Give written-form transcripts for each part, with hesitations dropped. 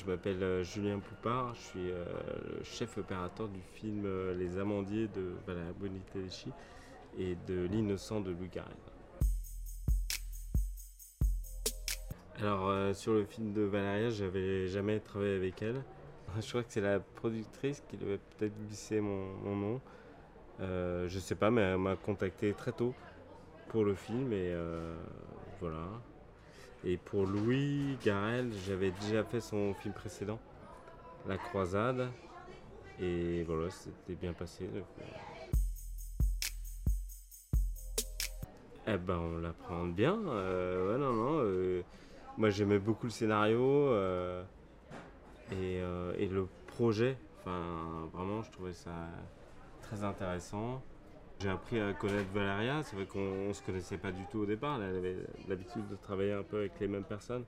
je m'appelle Julien Poupard, je suis le chef opérateur du film Les Amandiers de Valeria Boniteschi et de L'Innocent de Louis Garrel. Alors sur le film de Valeria, j'avais jamais travaillé avec elle. Je crois que c'est la productrice qui devait peut-être glisser mon nom. Je sais pas, mais elle m'a contacté très tôt pour le film et voilà. Et pour Louis Garrel, j'avais déjà fait son film précédent, La Croisade. Et voilà, c'était bien passé. Donc, eh ben, on l'apprend bien. Ouais, non, non. Moi, j'aimais beaucoup le scénario et le projet. Enfin, vraiment, je trouvais ça très intéressant. J'ai appris à connaître Valeria. C'est vrai qu'on ne se connaissait pas du tout au départ. Elle avait l'habitude de travailler un peu avec les mêmes personnes.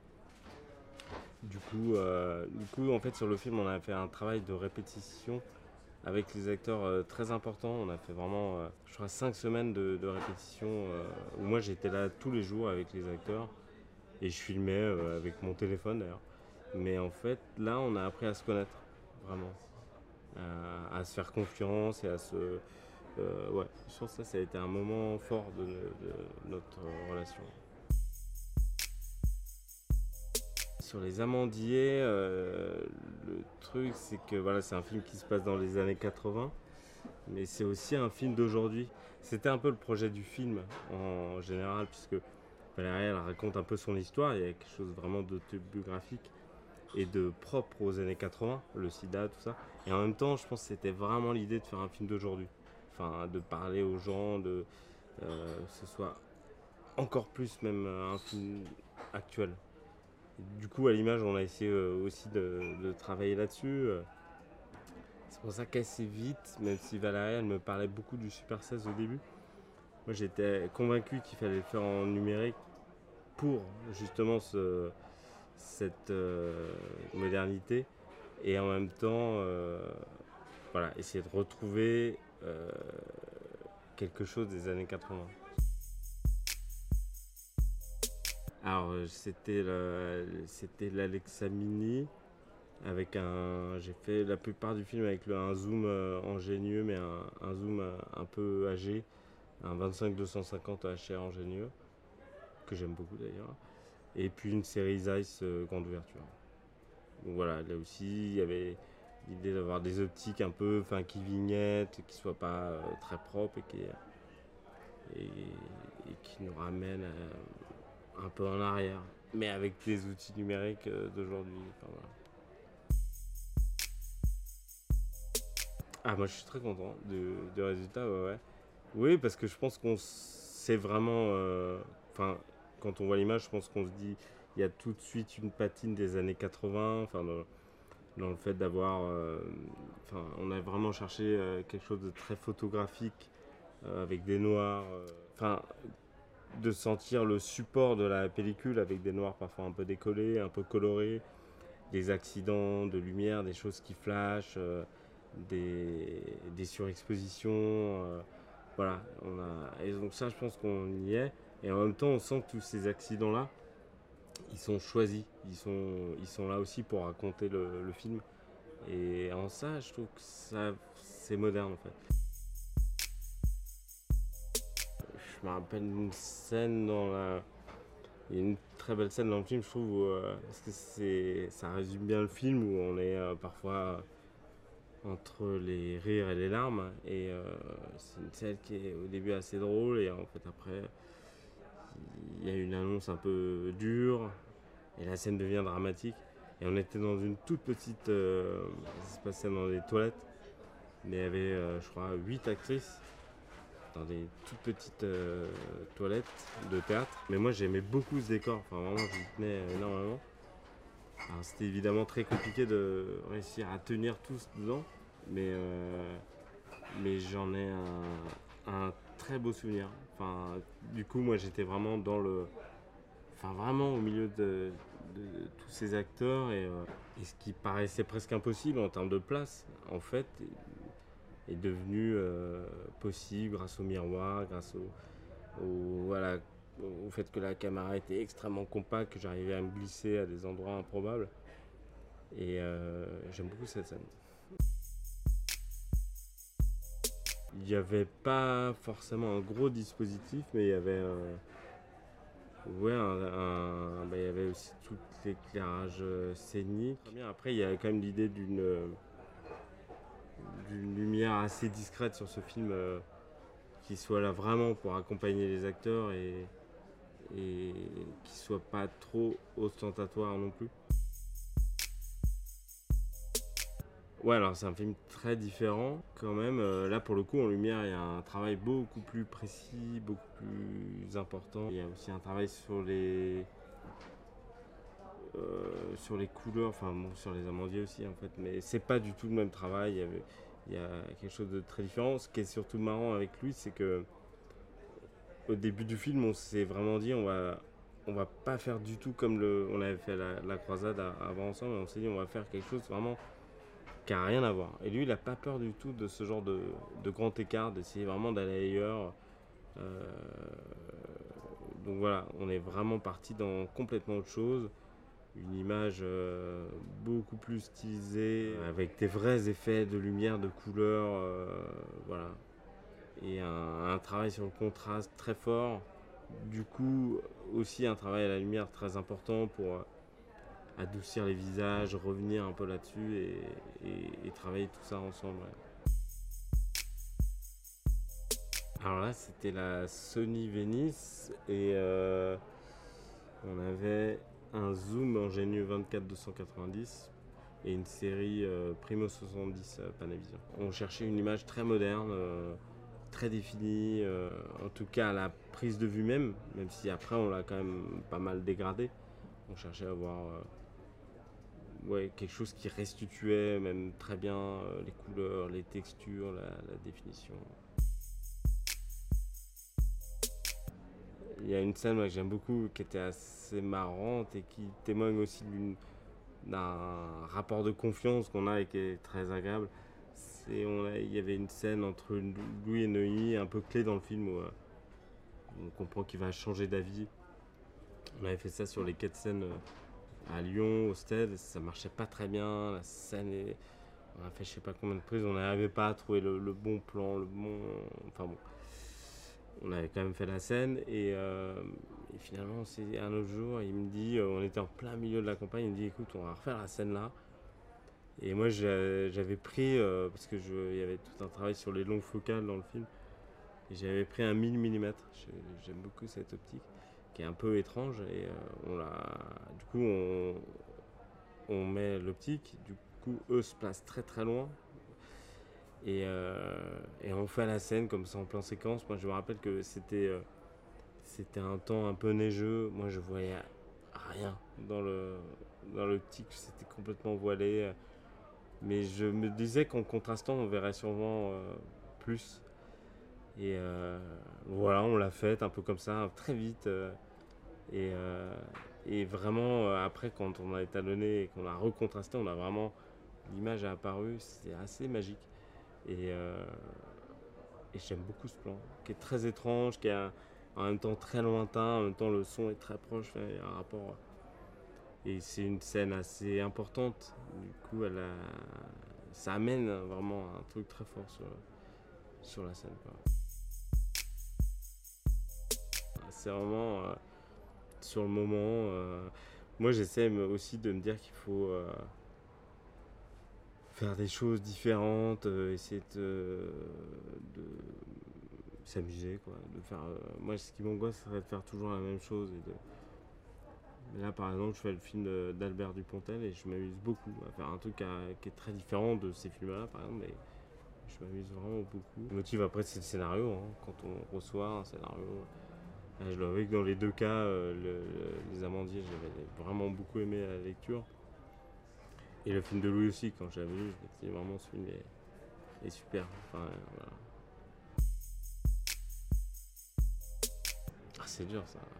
Du coup, en fait, sur le film, on a fait un travail de répétition avec les acteurs très importants. On a fait vraiment, je crois, 5 semaines de répétition où moi j'étais là tous les jours avec les acteurs et je filmais avec mon téléphone d'ailleurs. Mais en fait, là, on a appris à se connaître vraiment, à se faire confiance et à se. Ouais, je pense que ça a été un moment fort de notre relation. Sur les Amandiers, le truc c'est que voilà, c'est un film qui se passe dans les années 80. Mais c'est aussi un film d'aujourd'hui. C'était un peu le projet du film en général, puisque Valérie elle raconte un peu son histoire. Il y a quelque chose vraiment d'autobiographique et de propre aux années 80, le sida, tout ça. Et en même temps, je pense que c'était vraiment l'idée de faire un film d'aujourd'hui. Enfin, de parler aux gens, que ce soit encore plus même un film actuel. Et du coup, à l'image, on a essayé aussi de travailler là-dessus. C'est pour ça qu'assez vite, même si Valérie elle me parlait beaucoup du Super 16 au début, moi j'étais convaincu qu'il fallait le faire en numérique pour justement cette modernité et en même temps voilà, essayer de retrouver quelque chose des années 80. Alors c'était l'Alexa Mini avec j'ai fait la plupart du film avec un zoom ingénieux mais un zoom un peu âgé, un 25-250 HR ingénieux que j'aime beaucoup d'ailleurs, et puis une série Zeiss grande ouverture. Donc voilà, là aussi il y avait l'idée d'avoir des optiques un peu, enfin qui vignettent, qui soient pas très propres et qui nous ramènent un peu en arrière, mais avec des outils numériques d'aujourd'hui. Enfin, voilà. Ah, moi je suis très content du résultat, ouais, ouais. Oui, parce que je pense qu'on sait vraiment. Enfin, quand on voit l'image, je pense qu'on se dit il y a tout de suite une patine des années 80. Enfin, dans le fait d'avoir. Enfin, on a vraiment cherché quelque chose de très photographique avec des noirs. Enfin, de sentir le support de la pellicule avec des noirs parfois un peu décollés, un peu colorés, des accidents de lumière, des choses qui flashent, des surexpositions. Voilà, et donc ça, je pense qu'on y est. Et en même temps, on sent que tous ces accidents-là, ils sont choisis. Ils sont là aussi pour raconter le film. Et en ça, je trouve que ça, c'est moderne en fait. Je me rappelle une scène Il y a une très belle scène dans le film, je trouve, parce que ça résume bien le film, où on est parfois entre les rires et les larmes. Et c'est une scène qui est au début assez drôle, et en fait après, il y a une annonce un peu dure, et la scène devient dramatique. Et on était dans une toute petite. Ça se passait dans des toilettes, mais il y avait, je crois, 8 actrices dans des toutes petites toilettes de théâtre. Mais moi j'aimais beaucoup ce décor, enfin vraiment j'y tenais énormément. Alors c'était évidemment très compliqué de réussir à tenir tous dedans, mais j'en ai un très beau souvenir. Enfin, du coup moi j'étais vraiment enfin vraiment au milieu de tous ces acteurs et ce qui paraissait presque impossible en termes de place, en fait, est devenu possible grâce au miroir, grâce voilà, au fait que la caméra était extrêmement compacte, que j'arrivais à me glisser à des endroits improbables. Et j'aime beaucoup cette scène. Il n'y avait pas forcément un gros dispositif, mais il y avait, ouais, il y avait aussi tout l'éclairage scénique. Après, il y a quand même l'idée d'une lumière assez discrète sur ce film, qui soit là vraiment pour accompagner les acteurs et qui soit pas trop ostentatoire non plus. Ouais, alors c'est un film très différent quand même. Là, pour le coup, en lumière, il y a un travail beaucoup plus précis, beaucoup plus important. Il y a aussi un travail sur les couleurs, enfin bon, sur les amandiers aussi en fait, mais c'est pas du tout le même travail. Il y a quelque chose de très différent. Ce qui est surtout marrant avec lui, c'est que au début du film, on s'est vraiment dit on va pas faire du tout comme on avait fait la croisade avant ensemble. On s'est dit on va faire quelque chose vraiment qui a rien à voir. Et lui, il a pas peur du tout de ce genre de grand écart, d'essayer vraiment d'aller ailleurs. Euh, donc voilà, on est vraiment parti dans complètement autre chose. Une image beaucoup plus stylisée, avec des vrais effets de lumière, de couleur, voilà. Et un travail sur le contraste très fort. Du coup, aussi un travail à la lumière très important pour adoucir les visages, revenir un peu là-dessus et travailler tout ça ensemble. Ouais. Alors là, c'était la Sony Venice et on avait un zoom Ingenieux 24-290 et une série Primo 70 Panavision. On cherchait une image très moderne, très définie, en tout cas à la prise de vue même si après on l'a quand même pas mal dégradé. On cherchait à avoir ouais, quelque chose qui restituait même très bien les couleurs, les textures, la définition. Il y a une scène que j'aime beaucoup qui était assez marrante et qui témoigne aussi d'un rapport de confiance qu'on a et qui est très agréable. Il y avait une scène entre Louis et Neuilly, un peu clé dans le film où on comprend qu'il va changer d'avis. On avait fait ça sur les quais de Seine à Lyon, au Stade, ça marchait pas très bien. La scène on a fait je sais pas combien de prises, on n'arrivait pas à trouver le bon plan, le bon. Enfin bon. On avait quand même fait la scène et finalement c'est un autre jour, il me dit, on était en plein milieu de la campagne, il me dit écoute on va refaire la scène là. Et moi j'avais pris, parce que il y avait tout un travail sur les longues focales dans le film, et j'avais pris un 1000 mm, j'aime beaucoup cette optique, qui est un peu étrange, et du coup on met l'optique, du coup eux se placent très très loin, et on fait la scène comme ça en plan séquence. Moi je me rappelle que c'était un temps un peu neigeux. Moi, je voyais rien dans l'optique. C'était complètement voilé. Mais je me disais qu'en contrastant, on verrait sûrement plus. Et voilà, on l'a fait un peu comme ça, très vite. Et, euh, et vraiment, après, quand on a étalonné et qu'on a recontrasté, l'image a apparu. C'était assez magique. Et, euh, et j'aime beaucoup ce plan, qui est très étrange, qui est en même temps très lointain, en même temps le son est très proche, il y a un rapport. Et c'est une scène assez importante, du coup ça amène vraiment un truc très fort sur la scène. Quoi. C'est vraiment sur le moment. Moi j'essaie aussi de me dire qu'il faut faire des choses différentes, essayer de s'amuser quoi, de faire. Moi ce qui m'angoisse serait de faire toujours la même chose mais là par exemple je fais le film d'Albert Dupontel et je m'amuse beaucoup à faire un truc qui est très différent de ces films là par exemple, mais je m'amuse vraiment beaucoup. Le motif après c'est le scénario, hein. Quand on reçoit un scénario, je dois avouer que dans les deux cas, les Amandiers j'avais vraiment beaucoup aimé la lecture. Et le film de Louis aussi, quand j'avais vu, je me disais vraiment ce film est super. Enfin, voilà. Ah, c'est dur ça.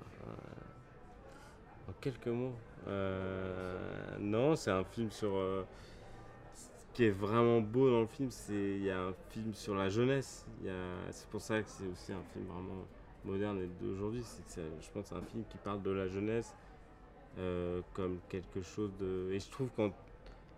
En quelques mots. Non, c'est un film sur. Ce qui est vraiment beau dans le film, il y a un film sur la jeunesse. C'est pour ça que c'est aussi un film vraiment moderne et d'aujourd'hui. Je pense que c'est un film qui parle de la jeunesse comme quelque chose de. Et je trouve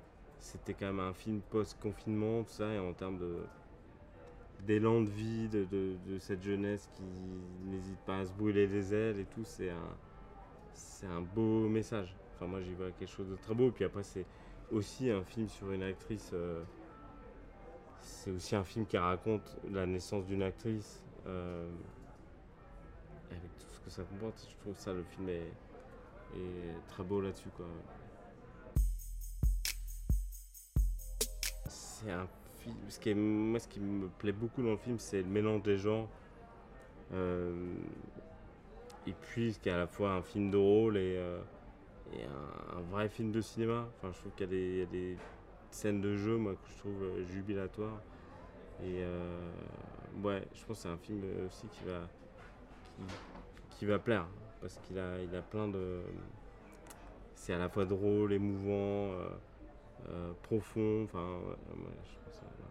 c'était quand même un film post-confinement, tout ça, et en termes d'élan de vie, de cette jeunesse qui n'hésite pas à se brûler les ailes et tout, c'est un beau message. Enfin, moi, j'y vois quelque chose de très beau. Et puis après, c'est aussi un film sur une actrice. C'est aussi un film qui raconte la naissance d'une actrice. Avec tout ce que ça comporte, je trouve ça, le film est très beau là-dessus, quoi. C'est un film. Moi, ce qui me plaît beaucoup dans le film, c'est le mélange des genres. Euh, et puis, ce qui est à la fois un film de rôle et un vrai film de cinéma. Enfin, je trouve il y a des scènes de jeu, moi, que je trouve jubilatoires. Et ouais, je pense que c'est un film aussi qui va plaire. Parce il a plein de. C'est à la fois drôle, émouvant, profond. Enfin, ouais, je pense que